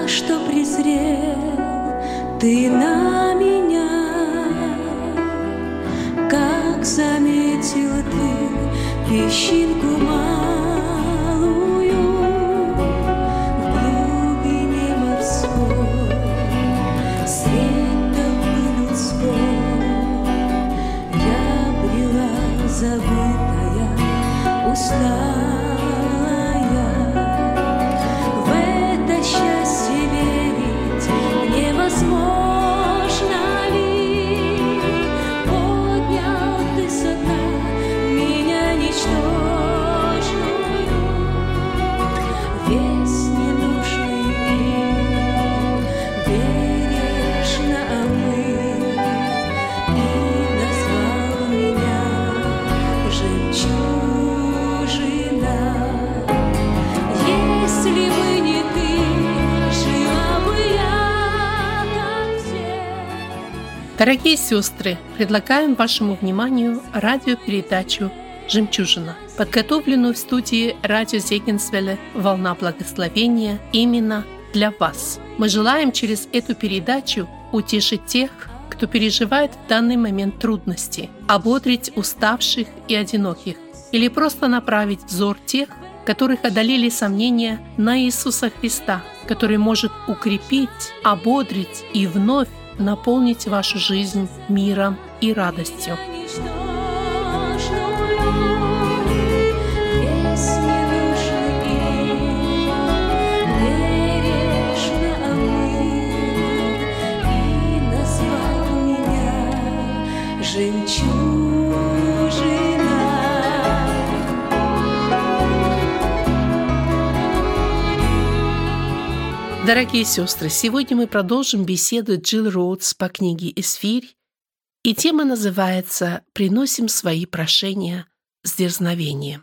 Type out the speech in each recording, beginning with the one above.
за что презрел ты на меня, как заметил ты песчинку малую в глубине морской, света людской. Я брела забытая, усталая, в это счастье верить невозможно ли? Поднял ты со дна меня ничтожную, весь ненужный мир бережно омыл и назвал меня жемчужина. Если бы не ты, жила бы я, как все. Дорогие сестры, предлагаем вашему вниманию радиопередачу «Жемчужина», подготовленную в студии радио Зегенсвелле «Волна благословения» именно для вас. Мы желаем через эту передачу утешить тех, кто переживает в данный момент трудности, ободрить уставших и одиноких, или просто направить взор тех, которых одолели сомнения, на Иисуса Христа, который может укрепить, ободрить и вновь наполнить вашу жизнь миром и радостью. Дорогие сестры, сегодня мы продолжим беседу Джилл Роудс по книге «Эсфирь», и тема называется «Приносим свои прошения с дерзновением».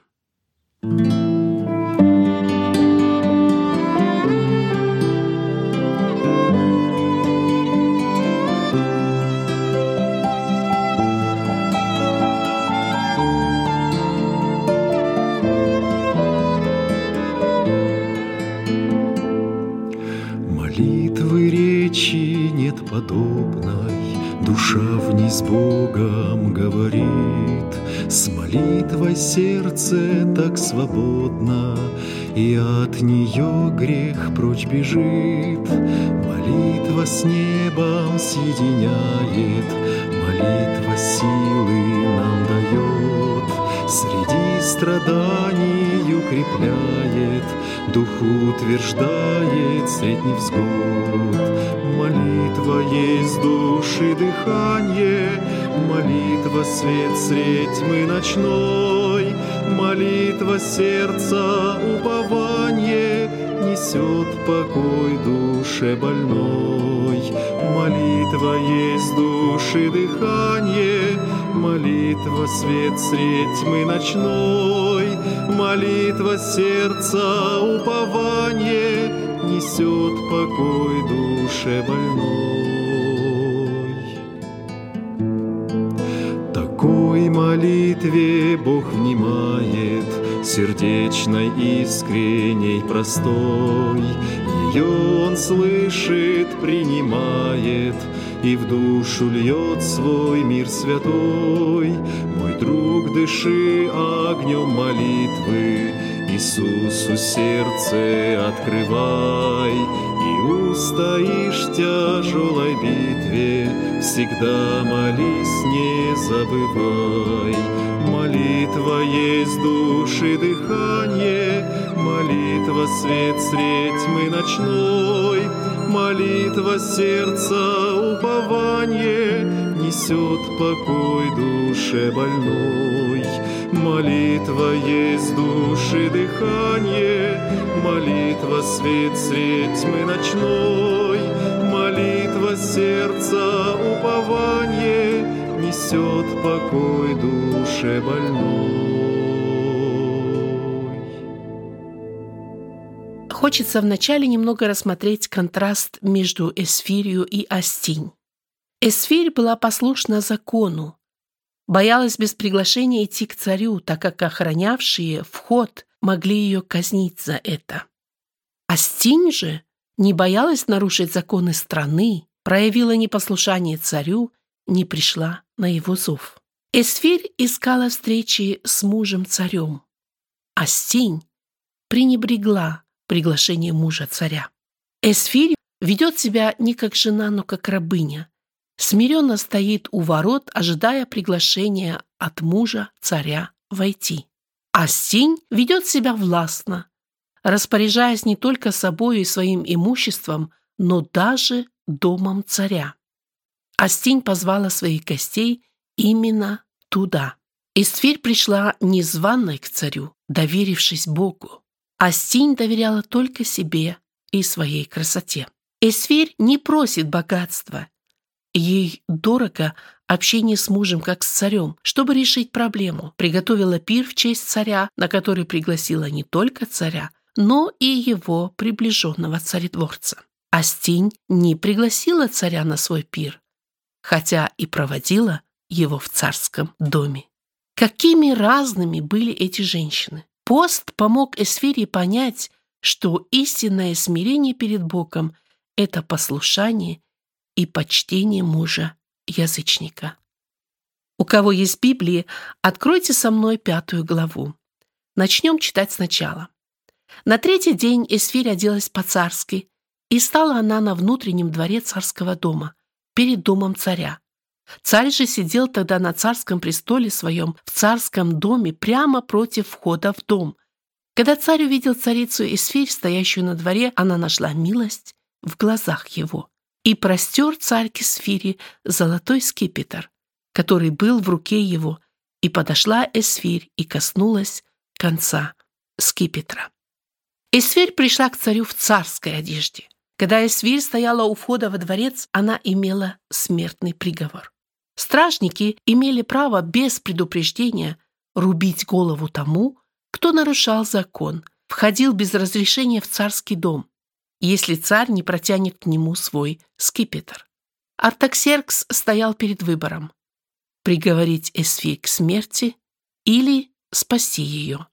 Молитвы речи нет подобной, душа в ней с Богом говорит. С молитвой сердце так свободно, и от нее грех прочь бежит. Молитва с небом соединяет, молитва силы нам дает. Среди страданий укрепляет, дух утверждает средь невзгод. Молитва есть души дыхание, молитва свет средь тьмы ночной. Молитва сердца упование несет покой душе больной. Молитва есть души дыхание, молитва свет средь тьмы ночной. Молитва сердца упование несет покой душе больной. Такой молитве Бог внимает, сердечной, искренней, простой. Ее Он слышит, принимает и в душу льет свой мир святой. Мой друг, дыши огнем молитвы, Иисусу сердце открывай, и устоишь в тяжелой битве, всегда молись, не забывай. Молитва есть души дыхание, молитва свет средь тьмы ночной. Молитва сердца упование несет покой душе больной. Молитва есть души дыхание, молитва свет средь тьмы ночной. Молитва сердца упование несет покой душе больной. Хочется вначале немного рассмотреть контраст между Эсфирью и Астинь. Эсфирь была послушна закону, боялась без приглашения идти к царю, так как охранявшие вход могли ее казнить за это. Астинь же не боялась нарушить законы страны, проявила непослушание царю, не пришла на его зов. Эсфирь искала встречи с мужем-царем. Астинь пренебрегла приглашение мужа-царя. Эсфирь ведет себя не как жена, но как рабыня. Смиренно стоит у ворот, ожидая приглашения от мужа-царя войти. Астинь ведет себя властно, распоряжаясь не только собою и своим имуществом, но даже домом царя. Астинь позвала своих гостей именно туда. Эсфирь пришла незваной к царю, доверившись Богу. Астинь доверяла только себе и своей красоте. Эсфирь не просит богатства. Ей дорого общение с мужем, как с царем, чтобы решить проблему. Приготовила пир в честь царя, на который пригласила не только царя, но и его приближенного царедворца. Астинь не пригласила царя на свой пир, хотя и проводила его в царском доме. Какими разными были эти женщины! Пост помог Эсфире понять, что истинное смирение перед Богом – это послушание и почтение мужа-язычника. У кого есть Библии, откройте со мной 5 главу. Начнем читать сначала. На 3-й день Эсфирь оделась по-царски, и стала она на внутреннем дворе царского дома, перед домом царя. Царь же сидел тогда на царском престоле своем в царском доме прямо против входа в дом. Когда царь увидел царицу Эсфирь, стоящую на дворе, она нашла милость в глазах его. И простер царь к Эсфире золотой скипетр, который был в руке его, и подошла Эсфирь и коснулась конца скипетра. Эсфирь пришла к царю в царской одежде. Когда Эсфирь стояла у входа во дворец, она имела смертный приговор. Стражники имели право без предупреждения рубить голову тому, кто нарушал закон, входил без разрешения в царский дом, если царь не протянет к нему свой скипетр. Артаксеркс стоял перед выбором – приговорить Эсфирь к смерти или спасти ее.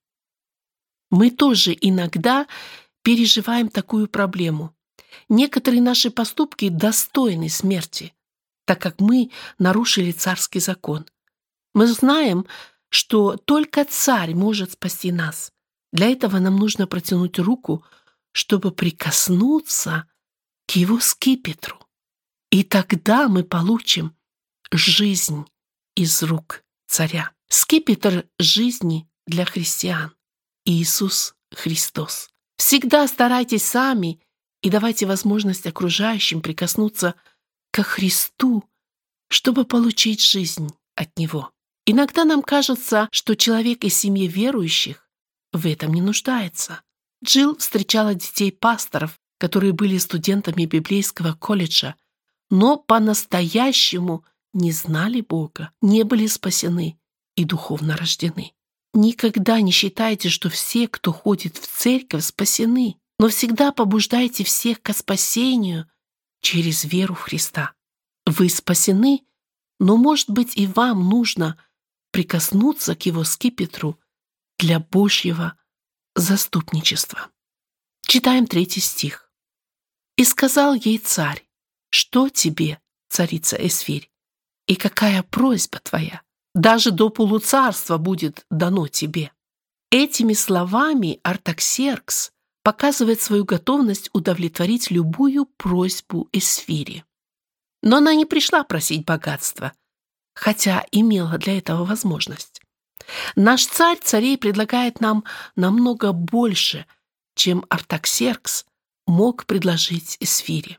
Мы тоже иногда переживаем такую проблему. Некоторые наши поступки достойны смерти, так как мы нарушили царский закон. Мы знаем, что только царь может спасти нас. Для этого нам нужно протянуть руку, чтобы прикоснуться к его скипетру. И тогда мы получим жизнь из рук царя. Скипетр жизни для христиан. Иисус Христос. Всегда старайтесь сами и давайте возможность окружающим прикоснуться ко Христу, чтобы получить жизнь от Него. Иногда нам кажется, что человек из семьи верующих в этом не нуждается. Джилл встречала детей пасторов, которые были студентами библейского колледжа, но по-настоящему не знали Бога, не были спасены и духовно рождены. Никогда не считайте, что все, кто ходит в церковь, спасены, но всегда побуждайте всех к спасению через веру в Христа. Вы спасены, но, может быть, и вам нужно прикоснуться к его скипетру для Божьего заступничества. Читаем 3 стих. «И сказал ей царь, что тебе, царица Эсфирь, и какая просьба твоя? Даже до полуцарства будет дано тебе». Этими словами Артаксеркс показывает свою готовность удовлетворить любую просьбу Эсфири. Но она не пришла просить богатства, хотя имела для этого возможность. Наш царь царей предлагает нам намного больше, чем Артаксеркс мог предложить Эсфири.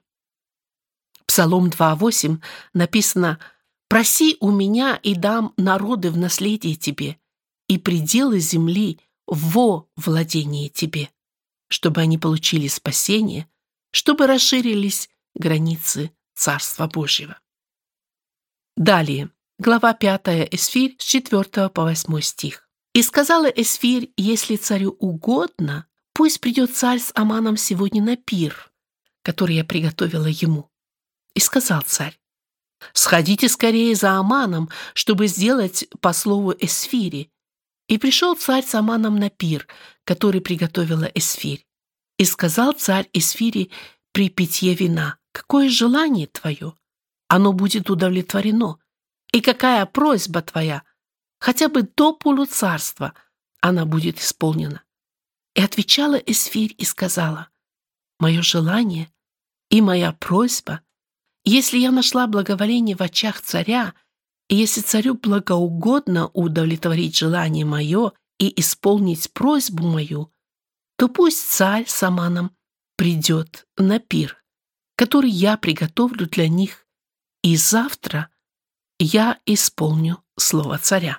Псалом 2:8 написано: «Проси у меня, и дам народы в наследие тебе, и пределы земли во владение тебе, чтобы они получили спасение, чтобы расширились границы Царства Божьего». Далее, глава 5 Эсфирь с 4 по 8 стих. «И сказала Эсфирь, если царю угодно, пусть придет царь с Аманом сегодня на пир, который я приготовила ему. И сказал царь: сходите скорее за Аманом, чтобы сделать по слову Эсфири. И пришел царь с Аманом на пир, который приготовила Эсфирь. И сказал царь Эсфири при питье вина? Какое желание твое? Оно будет удовлетворено. И какая просьба твоя? Хотя бы до полуцарства она будет исполнена. И отвечала Эсфирь и сказала: мое желание и моя просьба, если я нашла благоволение в очах царя, и если царю благоугодно удовлетворить желание мое и исполнить просьбу мою, то пусть царь с Аманом придет на пир, который я приготовлю для них, и завтра я исполню слово царя.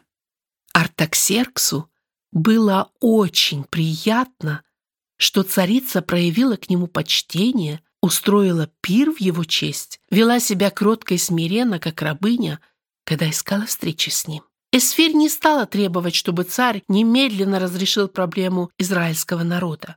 Артаксерксу было очень приятно, что царица проявила к нему почтение, устроила пир в его честь, вела себя кротко и смиренно, как рабыня, когда искала встречи с ним. Эсфирь не стала требовать, чтобы царь немедленно разрешил проблему израильского народа.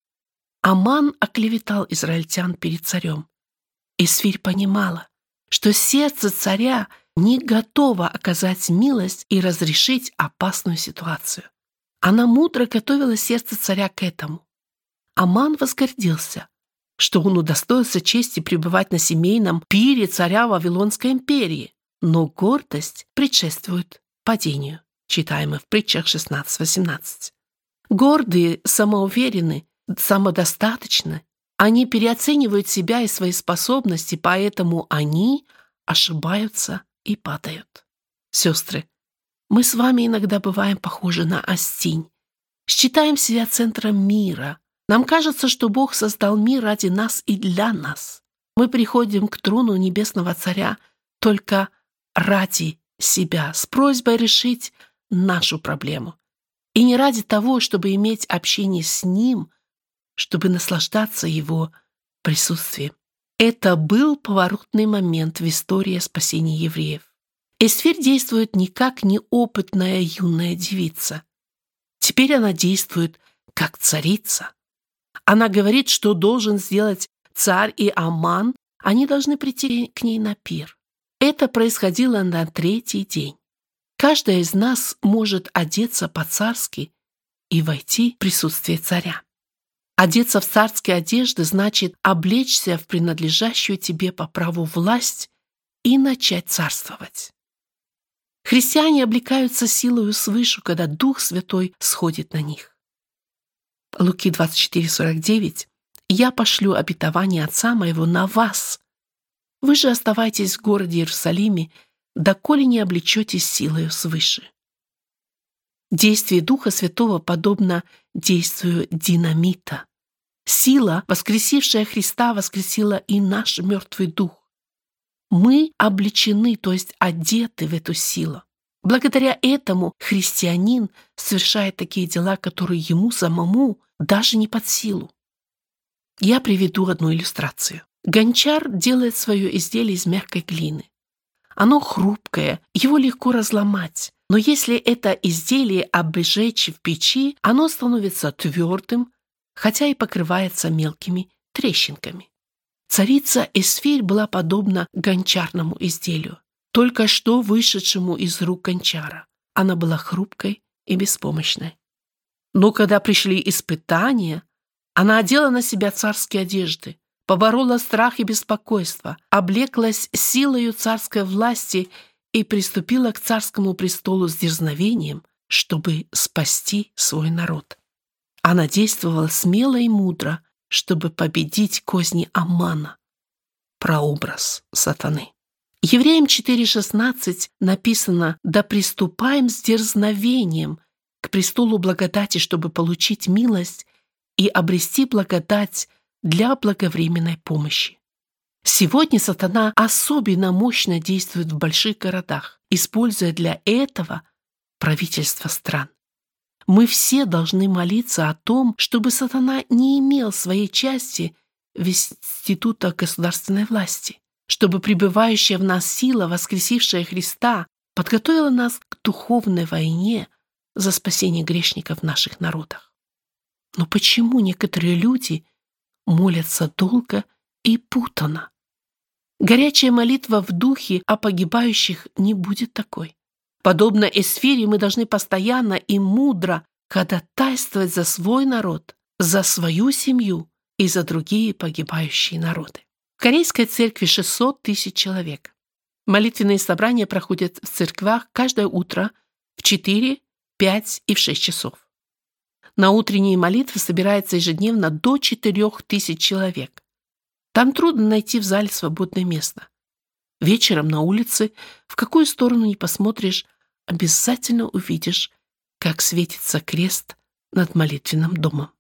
Аман оклеветал израильтян перед царем. Эсфирь понимала, что сердце царя не готово оказать милость и разрешить опасную ситуацию. Она мудро готовила сердце царя к этому. Аман возгордился, что он удостоился чести пребывать на семейном пире царя Вавилонской империи, но гордость предшествует падению, читаем в притчах 16-18. Гордые, самоуверены, самодостаточны, они переоценивают себя и свои способности, поэтому они ошибаются и падают. Сестры, мы с вами иногда бываем похожи на Астинь, считаем себя центром мира. Нам кажется, что Бог создал мир ради нас и для нас. Мы приходим к трону Небесного Царя только ради себя, с просьбой решить нашу проблему. И не ради того, чтобы иметь общение с Ним, чтобы наслаждаться Его присутствием. Это был поворотный момент в истории спасения евреев. Эсфирь действует не как неопытная юная девица. Теперь она действует как царица. Она говорит, что должен сделать царь и Аман, они должны прийти к ней на пир. Это происходило на третий день. Каждая из нас может одеться по-царски и войти в присутствие царя. Одеться в царские одежды значит облечься в принадлежащую тебе по праву власть и начать царствовать. Христиане облекаются силою свыше, когда Дух Святой сходит на них. Луки 24:49. «Я пошлю обетование Отца моего на вас. Вы же оставайтесь в городе Иерусалиме, доколе не облечетесь силою свыше». Действие Духа Святого подобно действию динамита. Сила, воскресившая Христа, воскресила и наш мертвый дух. Мы облечены, то есть одеты в эту силу. Благодаря этому христианин совершает такие дела, которые ему самому даже не под силу. Я приведу одну иллюстрацию. Гончар делает свое изделие из мягкой глины. Оно хрупкое, его легко разломать. Но если это изделие обжечь в печи, оно становится твердым, хотя и покрывается мелкими трещинками. Царица Эсфирь была подобна гончарному изделию, только что вышедшему из рук гончара. Она была хрупкой и беспомощной. Но когда пришли испытания, она одела на себя царские одежды, поборола страх и беспокойство, облеклась силою царской власти и приступила к царскому престолу с дерзновением, чтобы спасти свой народ. Она действовала смело и мудро, чтобы победить козни Амана, прообраз сатаны. Евреям 4:16 написано: «Да приступаем с дерзновением к престолу благодати, чтобы получить милость и обрести благодать для благовременной помощи». Сегодня сатана особенно мощно действует в больших городах, используя для этого правительства стран. Мы все должны молиться о том, чтобы сатана не имел своей части в институтах государственной власти, чтобы пребывающая в нас сила, воскресившая Христа, подготовила нас к духовной войне за спасение грешников в наших народах. Но почему некоторые люди молятся долго и путанно? Горячая молитва в духе о погибающих не будет такой. Подобно Эсфире, мы должны постоянно и мудро ходатайствовать за свой народ, за свою семью и за другие погибающие народы. В Корейской церкви 600 тысяч человек. Молитвенные собрания проходят в церквях каждое утро в 4, 5 и в 6 часов. На утренние молитвы собирается ежедневно до 4000 человек. Там трудно найти в зале свободное место. Вечером на улице, в какую сторону ни посмотришь, обязательно увидишь, как светится крест над молитвенным домом.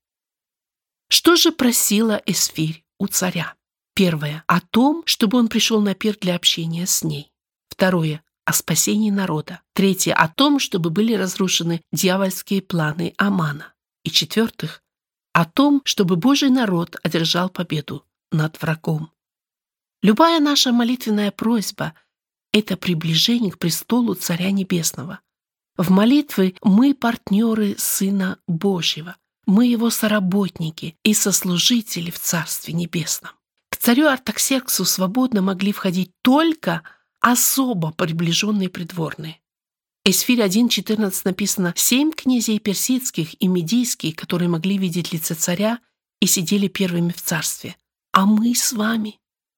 Что же просила Эсфирь у царя? Первое – о том, чтобы он пришел на пир для общения с ней. Второе – о спасении народа. Третье – о том, чтобы были разрушены дьявольские планы Амана. И четвертых – о том, чтобы Божий народ одержал победу над врагом. Любая наша молитвенная просьба – это приближение к престолу Царя Небесного. В молитве мы партнеры Сына Божьего, мы Его соработники и сослужители в Царстве Небесном. К царю Артаксерксу свободно могли входить только особо приближенные придворные. Эсфирь 1.14 написано: 7 князей персидских и медийских, которые могли видеть лице царя и сидели первыми в царстве. А мы с вами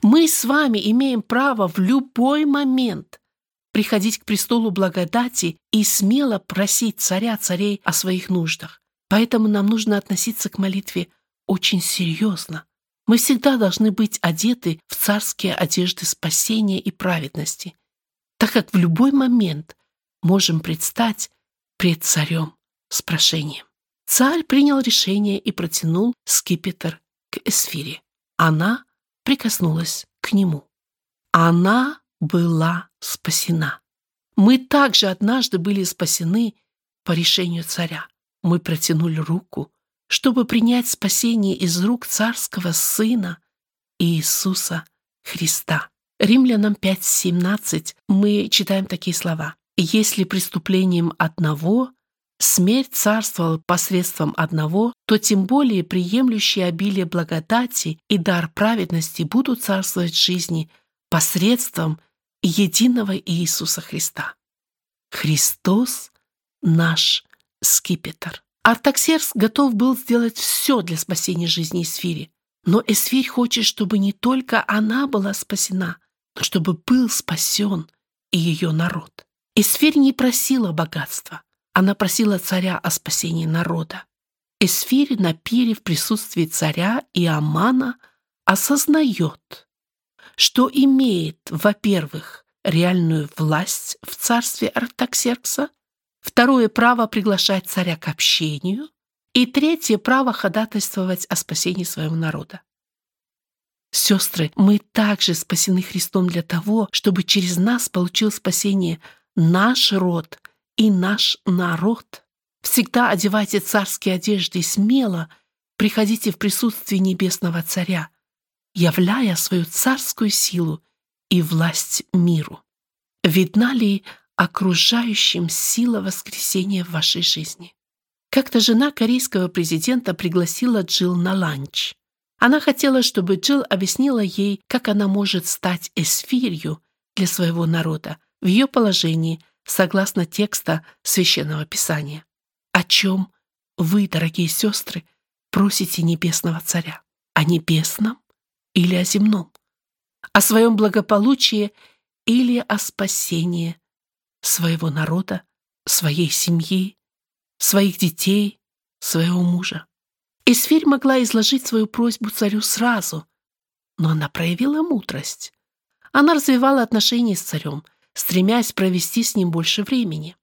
имеем право в любой момент приходить к престолу благодати и смело просить царей о своих нуждах. Поэтому нам нужно относиться к молитве очень серьезно. Мы всегда должны быть одеты в царские одежды спасения и праведности, так как в любой момент можем предстать пред царем с прошением. Царь принял решение и протянул скипетр к Эсфире. Она прикоснулась к нему. Она была спасена. Мы также однажды были спасены по решению царя. Мы протянули руку, чтобы принять спасение из рук царского Сына Иисуса Христа. Римлянам 5:17 мы читаем такие слова: «Если преступлением одного смерть царствовала посредством одного, то тем более приемлющие обилие благодати и дар праведности будут царствовать в жизни посредством единого Иисуса Христа». Христос – наш скипетр. Артаксеркс готов был сделать все для спасения жизни Эсфири, но Эсфирь хочет, чтобы не только она была спасена, но чтобы был спасен и ее народ. Эсфирь не просила богатства, она просила царя о спасении народа. Эсфирь на пире в присутствии царя и Амана осознает, что имеет, во-первых, реальную власть в царстве Артаксеркса, второе – право приглашать царя к общению, и третье – право ходатайствовать о спасении своего народа. Сестры, мы также спасены Христом для того, чтобы через нас получил спасение наш род и наш народ. Всегда одевайте царские одежды и смело приходите в присутствие Небесного Царя, являя свою царскую силу и власть миру. Видна ли окружающим сила воскресения в вашей жизни? Как-то жена корейского президента пригласила Джилл на ланч. Она хотела, чтобы Джилл объяснила ей, как она может стать Эсфирью для своего народа в ее положении, согласно текста Священного Писания. О чем вы, дорогие сестры, просите Небесного Царя? О небесном или о земном? О своем благополучии или о спасении своего народа, своей семьи, своих детей, своего мужа? Эсфирь могла изложить свою просьбу царю сразу, но она проявила мудрость. Она развивала отношения с царем, стремясь провести с ним больше времени.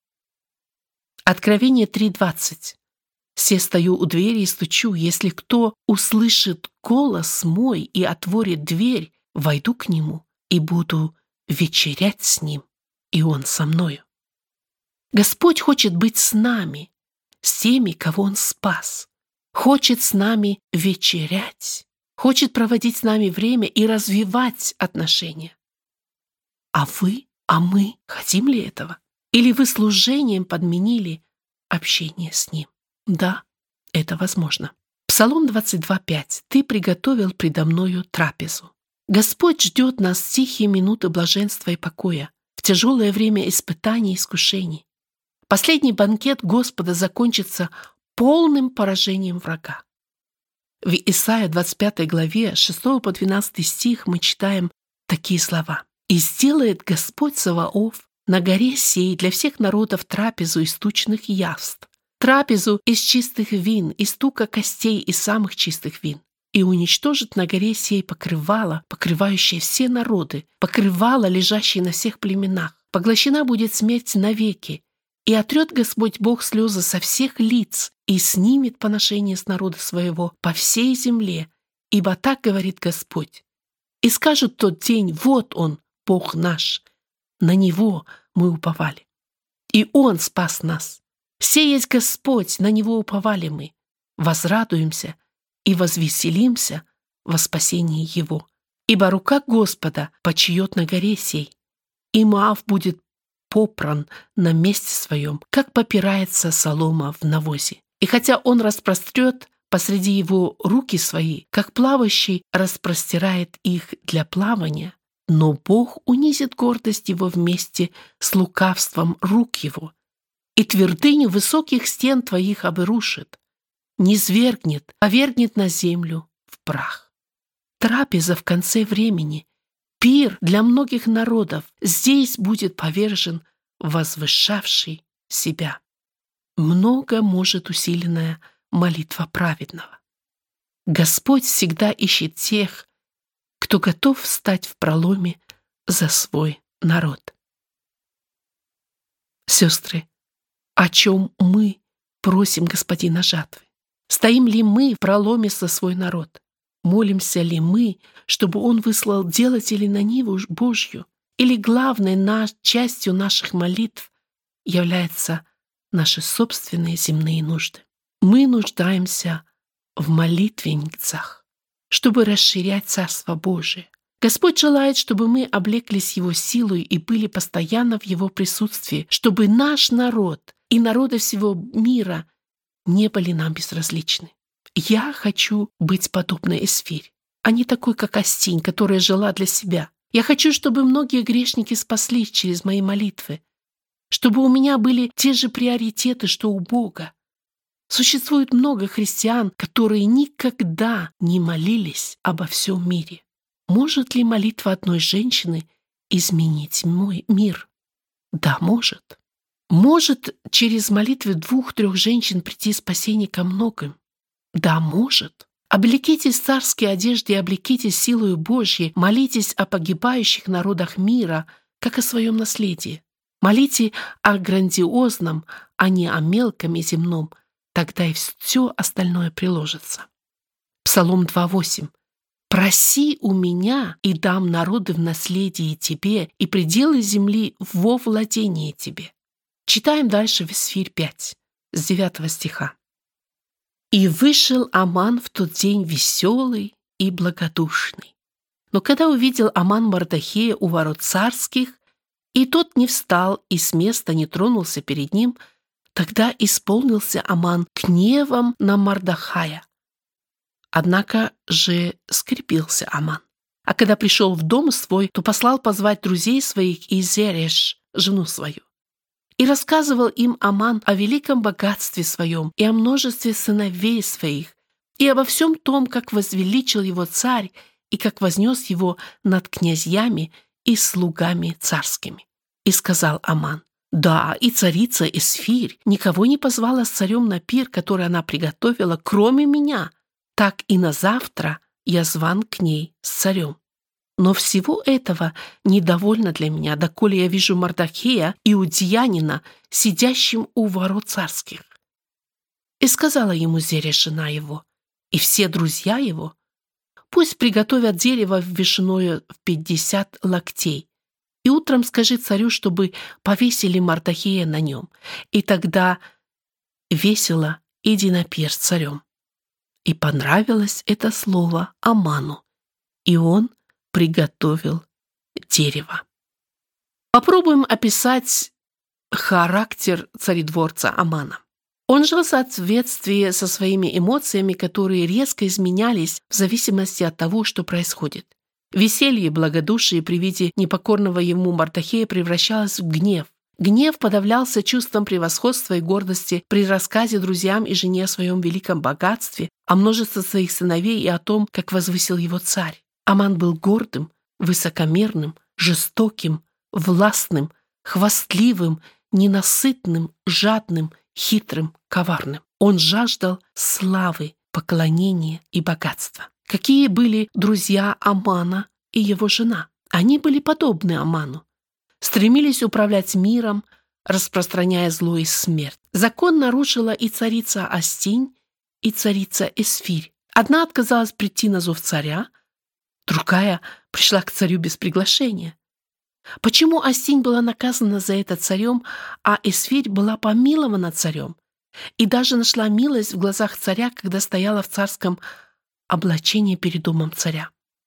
Откровение 3:20. «Се стою у двери и стучу, если кто услышит голос мой и отворит дверь, войду к нему и буду вечерять с ним, и он со мною». Господь хочет быть с нами, с теми, кого Он спас. Хочет с нами вечерять, хочет проводить с нами время и развивать отношения. А мы хотим ли этого? Или вы служением подменили общение с Ним? Да, это возможно. Псалом 22:5. «Ты приготовил предо мною трапезу». Господь ждет нас в тихие минуты блаженства и покоя, в тяжелое время испытаний и искушений. Последний банкет Господа закончится полным поражением врага. В В Исайя 25 главе 6 по 12 стих мы читаем такие слова. «И сделает Господь Саваоф на горе сей для всех народов трапезу из тучных яств, трапезу из чистых вин, из тука костей из самых чистых вин. И уничтожит на горе сей покрывало, покрывающее все народы, покрывало, лежащее на всех племенах. Поглощена будет смерть навеки, и отрет Господь Бог слезы со всех лиц, и снимет поношение с народа своего по всей земле, ибо так говорит Господь. И скажут тот день: вот Он, Бог наш, на Него мы уповали. И Он спас нас. Все есть Господь, на Него уповали мы. Возрадуемся и возвеселимся во спасении Его. Ибо рука Господа почиет на горе сей, и Моав будет попран на месте своем, как попирается солома в навозе. И хотя он распрострет посреди его руки свои, как плавающий распростирает их для плавания, но Бог унизит гордость его вместе с лукавством рук его, и твердыню высоких стен твоих обрушит, низвергнет, повергнет на землю в прах. Трапеза в конце времени, пир для многих народов, здесь будет повержен возвышавший себя. Много может усиленная молитва праведного. Господь всегда ищет тех, кто готов встать в проломе за свой народ. Сестры, о чем мы просим Господина жатвы? Стоим ли мы в проломе за свой народ? Молимся ли мы, чтобы Он выслал делателей на Ниву Божью? Или главной частью наших молитв являются наши собственные земные нужды? Мы нуждаемся в молитвенницах, чтобы расширять Царство Божие. Господь желает, чтобы мы облеклись Его силой и были постоянно в Его присутствии, чтобы наш народ и народы всего мира не были нам безразличны. Я хочу быть подобной Эсфирь, а не такой, как Астинь, которая жила для себя. Я хочу, чтобы многие грешники спаслись через мои молитвы, чтобы у меня были те же приоритеты, что у Бога. Существует много христиан, которые никогда не молились обо всем мире. Может ли молитва одной женщины изменить мой мир? Да, может. Может через молитвы 2-3 женщин прийти спасение ко многим? Да, может. Облекитесь в царские одежды и облекитесь силою Божьей, молитесь о погибающих народах мира, как о своем наследии. Молите о грандиозном, а не о мелком и земном, тогда и все остальное приложится. Псалом 2:8. «Проси у меня, и дам народы в наследие тебе, и пределы земли во владение тебе». Читаем дальше в Эсфирь 5, с 9 стиха. «И вышел Аман в тот день веселый и благодушный. Но когда увидел Аман Мордохея у ворот царских, и тот не встал и с места не тронулся перед ним, тогда исполнился Аман гневом на Мордохая. Однако же скрепился Аман. А когда пришел в дом свой, то послал позвать друзей своих и Зереш, жену свою. И рассказывал им Аман о великом богатстве своем и о множестве сыновей своих, и обо всем том, как возвеличил его царь и как вознес его над князьями и слугами царскими. И сказал Аман: «Да, и царица Эсфирь никого не позвала с царем на пир, который она приготовила, кроме меня. Так и на завтра я зван к ней с царем. Но всего этого недовольно для меня, доколе я вижу Мордохея, иудеянина, сидящим у ворот царских». И сказала ему Зереш, жена его, и все друзья его: «Пусть приготовят дерево вешенное в 50 локтей, и утром скажи царю, чтобы повесили Мордохея на нем, и тогда весело иди на пир с царем». И понравилось это слово Аману, и он приготовил дерево. Попробуем описать характер царедворца Амана. Он жил в соответствии со своими эмоциями, которые резко изменялись в зависимости от того, что происходит. Веселье и благодушие при виде непокорного ему Мордохея превращалось в гнев. Гнев подавлялся чувством превосходства и гордости при рассказе друзьям и жене о своем великом богатстве, о множестве своих сыновей и о том, как возвысил его царь. Аман был гордым, высокомерным, жестоким, властным, хвастливым, ненасытным, жадным, хитрым, коварным. Он жаждал славы, поклонения и богатства. Какие были друзья Амана и его жена? Они были подобны Аману. Стремились управлять миром, распространяя зло и смерть. Закон нарушила и царица Астинь, и царица Эсфирь. Одна отказалась прийти на зов царя, другая пришла к царю без приглашения. Почему Астинь была наказана за это царем, а Эсфирь была помилована царем и даже нашла милость в глазах царя, когда стояла в царском облачении перед домом царя?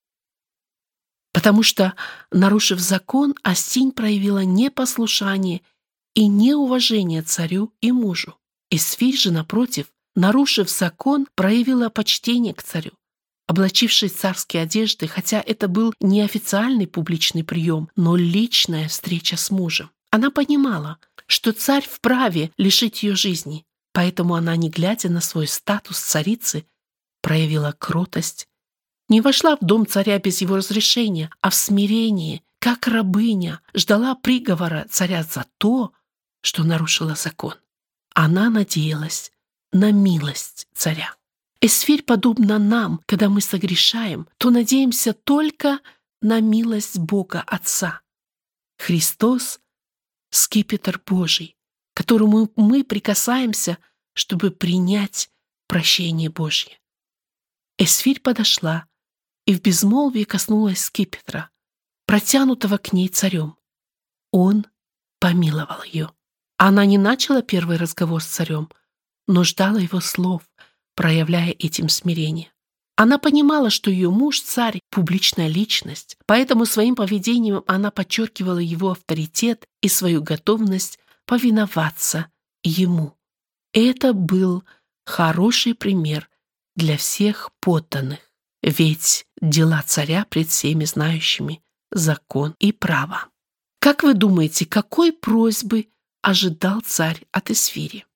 Потому что, нарушив закон, Астинь проявила непослушание и неуважение царю и мужу. Эсфирь же, напротив, нарушив закон, проявила почтение к царю, облачившись в царские одежды, хотя это был не официальный публичный прием, но личная встреча с мужем. Она понимала, что царь вправе лишить ее жизни, поэтому она, не глядя на свой статус царицы, проявила кротость, не вошла в дом царя без его разрешения, а в смирении, как рабыня, ждала приговора царя за то, что нарушила закон. Она надеялась на милость царя. Эсфирь подобна нам, когда мы согрешаем, то надеемся только на милость Бога Отца. Христос — скипетр Божий, к которому мы прикасаемся, чтобы принять прощение Божье. Эсфирь подошла и в безмолвии коснулась скипетра, протянутого к ней царем. Он помиловал ее. Она не начала первый разговор с царем, но ждала его слов, проявляя этим смирение. Она понимала, что ее муж, царь, публичная личность, поэтому своим поведением она подчеркивала его авторитет и свою готовность повиноваться ему. Это был хороший пример для всех подданных, ведь дела царя пред всеми знающими закон и право. Как вы думаете, какой просьбы ожидал царь от Эсфири?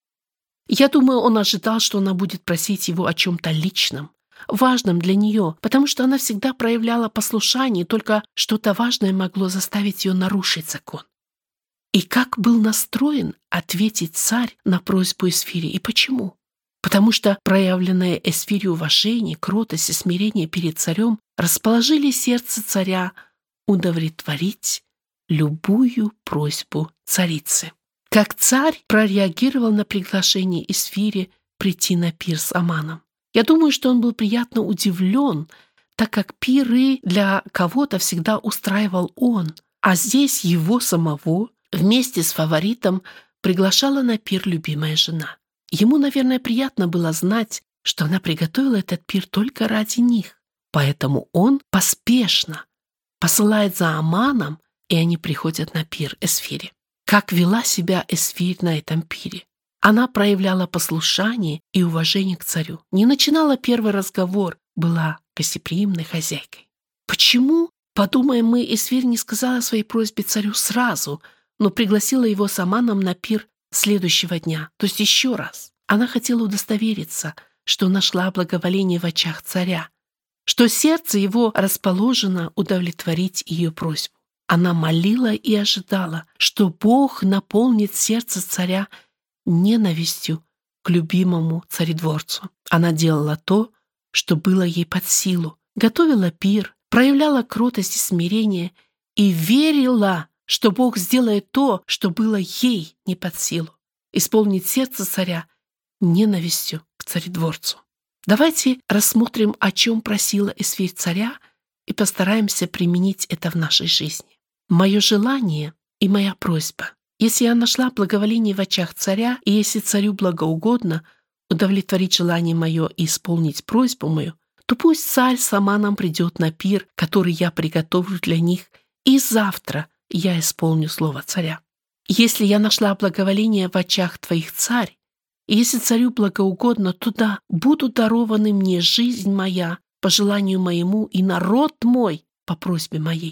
Я думаю, он ожидал, что она будет просить его о чем-то личном, важном для нее, потому что она всегда проявляла послушание, только что-то важное могло заставить ее нарушить закон. И как был настроен ответить царь на просьбу Эсфири и почему? Потому что проявленное Эсфири уважение, кротость и смирение перед царем расположили сердце царя удовлетворить любую просьбу царицы. Как царь прореагировал на приглашение Эсфири прийти на пир с Аманом? Я думаю, что он был приятно удивлен, так как пиры для кого-то всегда устраивал он, а здесь его самого вместе с фаворитом приглашала на пир любимая жена. Ему, наверное, приятно было знать, что она приготовила этот пир только ради них, поэтому он поспешно посылает за Аманом, и они приходят на пир Эсфири. Как вела себя Эсфирь на этом пире? Она проявляла послушание и уважение к царю. Не начинала первый разговор, была гостеприимной хозяйкой. Почему, подумаем мы, Эсфирь не сказала своей просьбе царю сразу, но пригласила его с Аманом на пир следующего дня, то есть еще раз? Она хотела удостовериться, что нашла благоволение в очах царя, что сердце его расположено удовлетворить ее просьбу. Она молила и ожидала, что Бог наполнит сердце царя ненавистью к любимому царедворцу. Она делала то, что было ей под силу, готовила пир, проявляла кротость и смирение и верила, что Бог сделает то, что было ей не под силу, исполнить сердце царя ненавистью к царедворцу. Давайте рассмотрим, о чем просила Эсфирь царя, и постараемся применить это в нашей жизни. Мое желание и моя просьба. Если я нашла благоволение в очах царя, и если царю благоугодно удовлетворить желание мое и исполнить просьбу мою, то пусть царь с Аманом придет на пир, который я приготовлю для них, и завтра я исполню слово царя. Если я нашла благоволение в очах твоих, царь, и если царю благоугодно, то да, будут дарованы мне жизнь моя по желанию моему и народ мой по просьбе моей.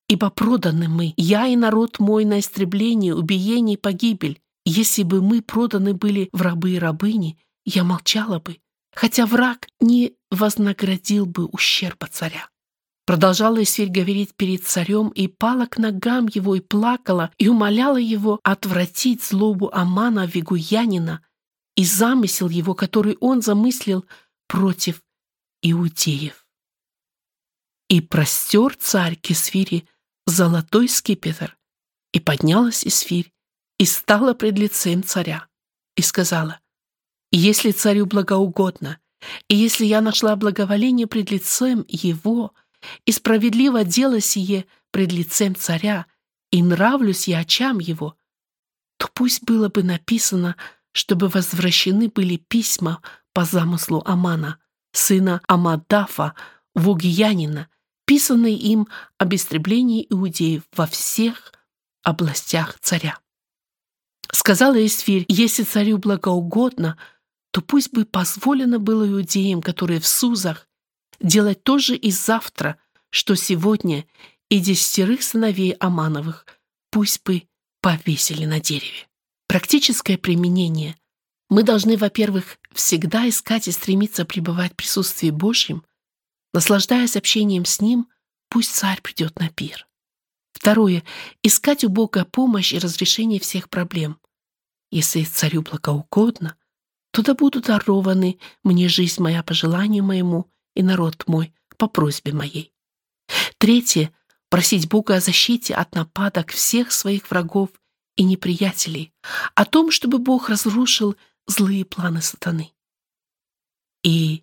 Ибо проданы мы, я и народ мой, на истребление, убиение и погибель. Если бы мы проданы были в рабы и рабыни, я молчала бы, хотя враг не вознаградил бы ущерба царя». Продолжала Эстфирь говорить перед царем, и пала к ногам его, и плакала, и умоляла его отвратить злобу Амана Вигуянина и замысел его, который он замыслил против иудеев. И простер царь к Эстфири золотой скипетр, и поднялась Эстфирь, и стала пред лицем царя, и сказала: «Если царю благоугодно, и если я нашла благоволение пред лицем его, и справедливо дело сие пред лицем царя, и нравлюсь я очам его, то пусть было бы написано, чтобы возвращены были письма по замыслу Амана, сына Амадафа, Вугиянина, писанные им об истреблении иудеев во всех областях царя». Сказала Эстфирь: «Если царю благоугодно, то пусть бы позволено было иудеям, которые в Сузах, делать то же и завтра, что сегодня, и 10 сыновей Амановых пусть бы повесили на дереве». Практическое применение. Мы должны, во-первых, всегда искать и стремиться пребывать в присутствии Божьем, наслаждаясь общением с Ним, пусть царь придет на пир. Второе. Искать у Бога помощь и разрешение всех проблем. Если царю благоугодно, то да будут дарованы мне жизнь моя по желанию моему и народ мой по просьбе моей. Третье. Просить Бога о защите от нападок всех своих врагов и неприятелей, о том, чтобы Бог разрушил злые планы сатаны. И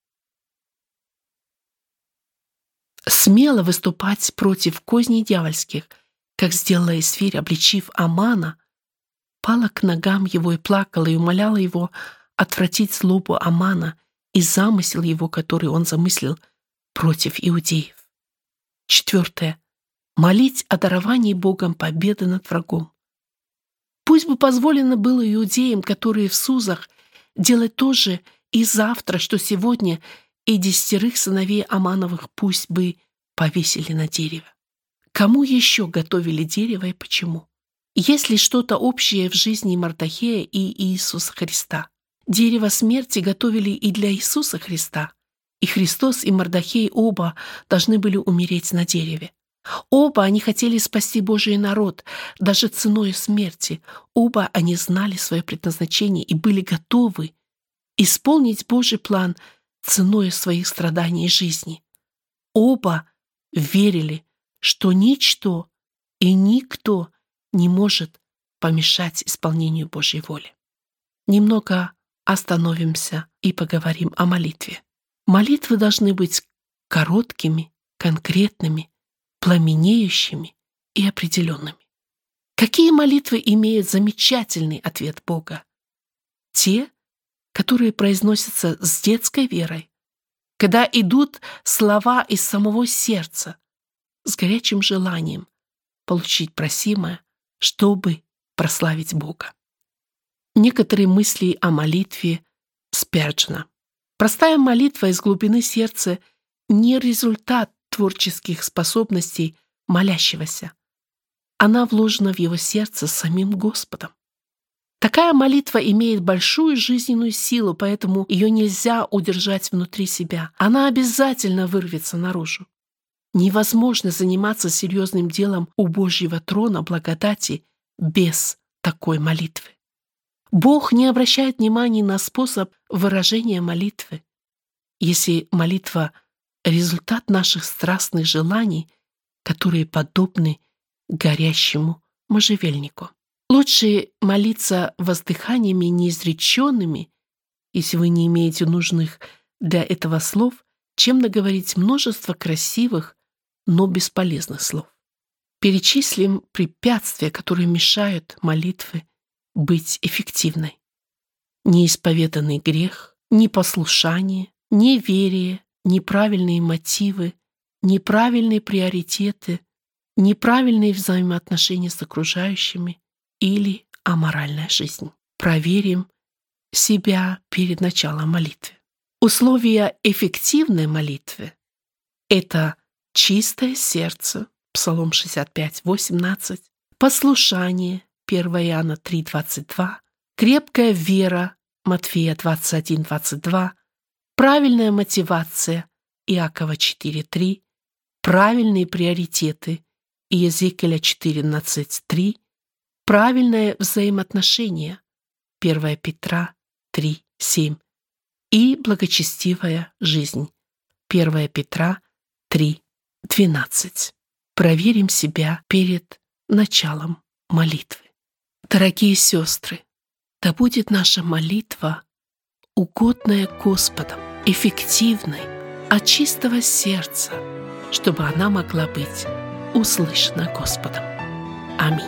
смело выступать против козней дьявольских, как сделала Эстфирь, обличив Амана, пала к ногам его и плакала, и умоляла его отвратить злобу Амана и замысел его, который он замыслил против иудеев. Четвертое. Молить о даровании Богом победы над врагом. Пусть бы позволено было иудеям, которые в Сузах, делать то же и завтра, что сегодня, и 10 сыновей Амановых пусть бы повесили на дерево. Кому еще готовили дерево и почему? Есть ли что-то общее в жизни Мардохея и Иисуса Христа? Дерево смерти готовили и для Иисуса Христа, и Христос и Мардохей оба должны были умереть на дереве. Оба они хотели спасти Божий народ, даже ценой смерти. Оба они знали свое предназначение и были готовы исполнить Божий план ценой своих страданий и жизни. Оба верили, что ничто и никто не может помешать исполнению Божьей воли. Немного остановимся и поговорим о молитве. Молитвы должны быть короткими, конкретными, пламенеющими и определенными. Какие молитвы имеют замечательный ответ Бога? Те, которые произносятся с детской верой, когда идут слова из самого сердца, с горячим желанием получить просимое, чтобы прославить Бога. Некоторые мысли о молитве Спярджена. Простая молитва из глубины сердца не результат творческих способностей молящегося. Она вложена в его сердце самим Господом. Такая молитва имеет большую жизненную силу, поэтому ее нельзя удержать внутри себя. Она обязательно вырвется наружу. Невозможно заниматься серьезным делом у Божьего трона благодати без такой молитвы. Бог не обращает внимания на способ выражения молитвы. Если молитва — результат наших страстных желаний, которые подобны горящему можжевельнику. Лучше молиться воздыханиями неизреченными, если вы не имеете нужных для этого слов, чем наговорить множество красивых, но бесполезных слов. Перечислим препятствия, которые мешают молитве быть эффективной. Неисповеданный грех, непослушание, неверие, неправильные мотивы, неправильные приоритеты, неправильные взаимоотношения с окружающими или аморальная жизнь. Проверим себя перед началом молитвы. Условия эффективной молитвы – это чистое сердце, Псалом 65, 18, послушание, 1 Иоанна 3, 22, крепкая вера, Матфея 21, 22, правильная мотивация, Иакова 4, 3, правильные приоритеты, Иезекииля 14, 3, правильное взаимоотношение, 1 Петра 3, 7, и благочестивая жизнь, 1 Петра 3, 12. Проверим себя перед началом молитвы. Дорогие сестры, да будет наша молитва угодная Господом, эффективной, от чистого сердца, чтобы она могла быть услышана Господом. Аминь.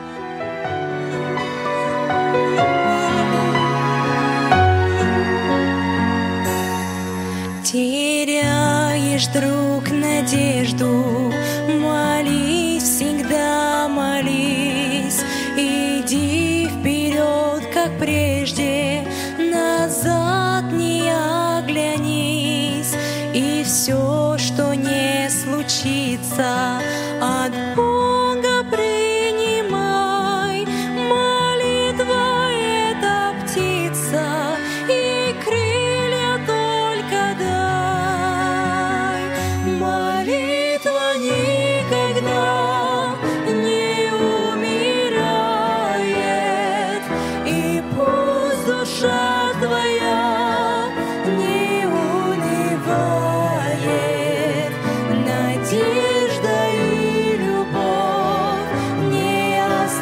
Теряешь, друг, надежду, молись, всегда молись, иди вперед, как прежде, назад не оглянись, и все, что не случится, от Бога принимай. Молитва — это птица, и крылья только дай. Молитва никогда не умирает, и пусть душа твоя не унывает. Надежда и любовь не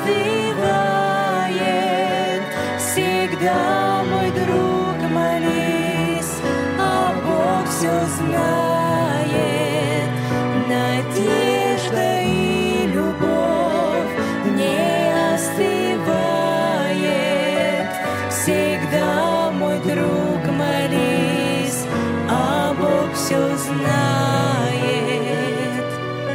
остывает. Всегда, мой друг, молись, а Бог все знает. Надежда и любовь не остывает. Всегда, мой друг, молись, а Бог все знает.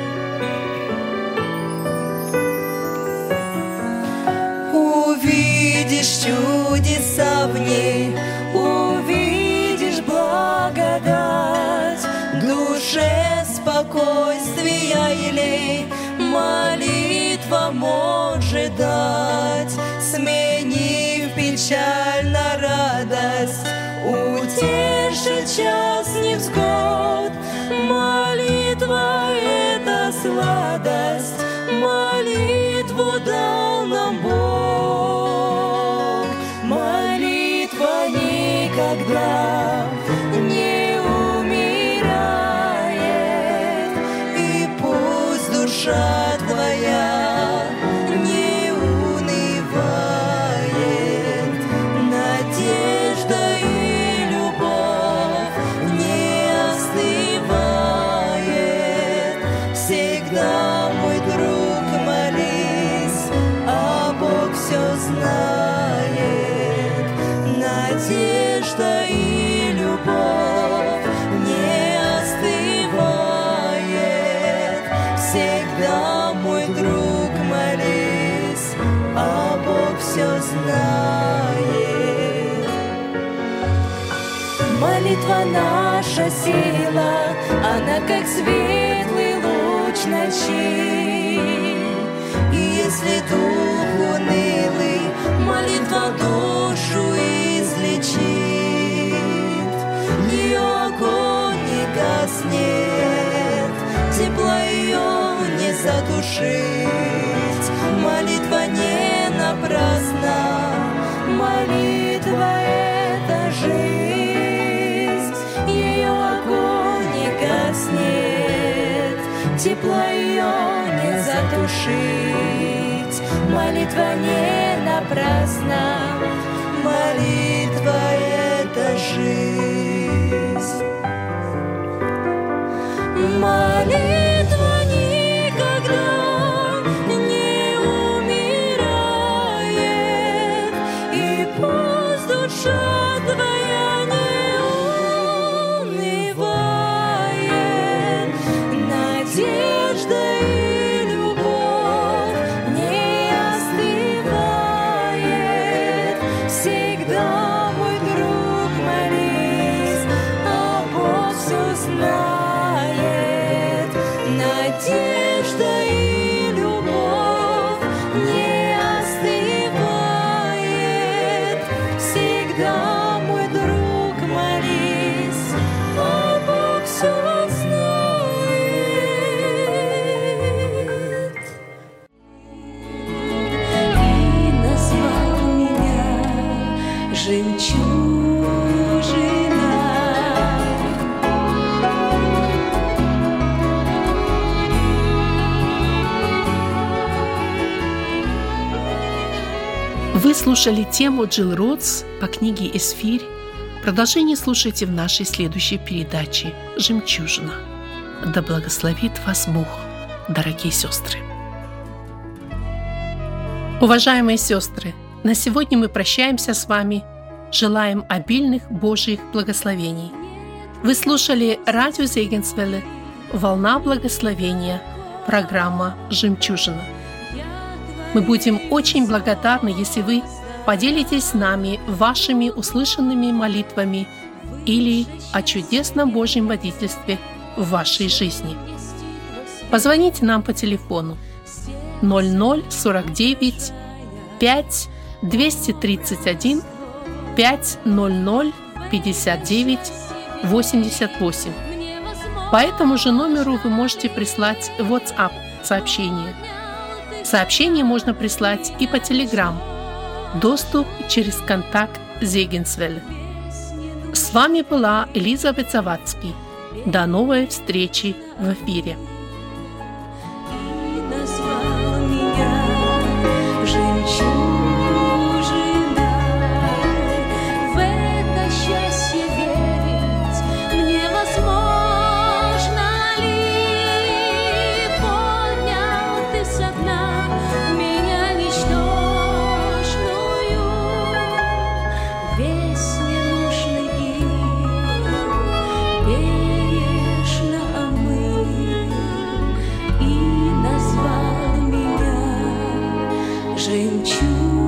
Увидишь чудеса в ней, увидишь благодать, душе спокойствия елей молитва может дать. Сменив печаль на радость, утешит час невзгод. Молитва — это сладость, молитву дал нам Бог. Молитва никогда не умирает, и пусть душа твоя не унывает. Надежда и любовь не остывает. Всегда, мой друг, молись, а Бог все знает. Надежда и любовь не остывает. Всегда, мой друг, молись, а Бог все знает. Молитва — наша сила, она как светлый луч ночи. И если дух унылый, молитва душу излечит. Ее огонь не гаснет, тепло ее не задушить. Молитва не напрасна, молитва — это жизнь. Ее огонь не гаснет, тепло ее не затушить. Молитва не напрасна, молитва — это жизнь. Молитва никогда не умирает, и пусть душа твоя не унывает. Надежда и любовь не остывает. Всегда, мой друг, молись, а Бог все знает. Надежда слушали тему Джилл Ротс по книге «Эсфирь». Продолжение слушайте в нашей следующей передаче «Жемчужина». Да благословит вас Бог, дорогие сестры. Уважаемые сестры, на сегодня мы прощаемся с вами. Желаем обильных Божьих благословений. Вы слушали радио Зегенсвелле «Волна благословения», программа «Жемчужина». Мы будем очень благодарны, если вы поделитесь с нами вашими услышанными молитвами или о чудесном Божьем водительстве в вашей жизни. Позвоните нам по телефону 0049 5 231 500 59 88. По этому же номеру вы можете прислать WhatsApp сообщение. Сообщение можно прислать и по Telegram. Доступ через контакт Зегенсвелле. С вами была Элизабет Завадский. До новой встречи в эфире. Жемчужина.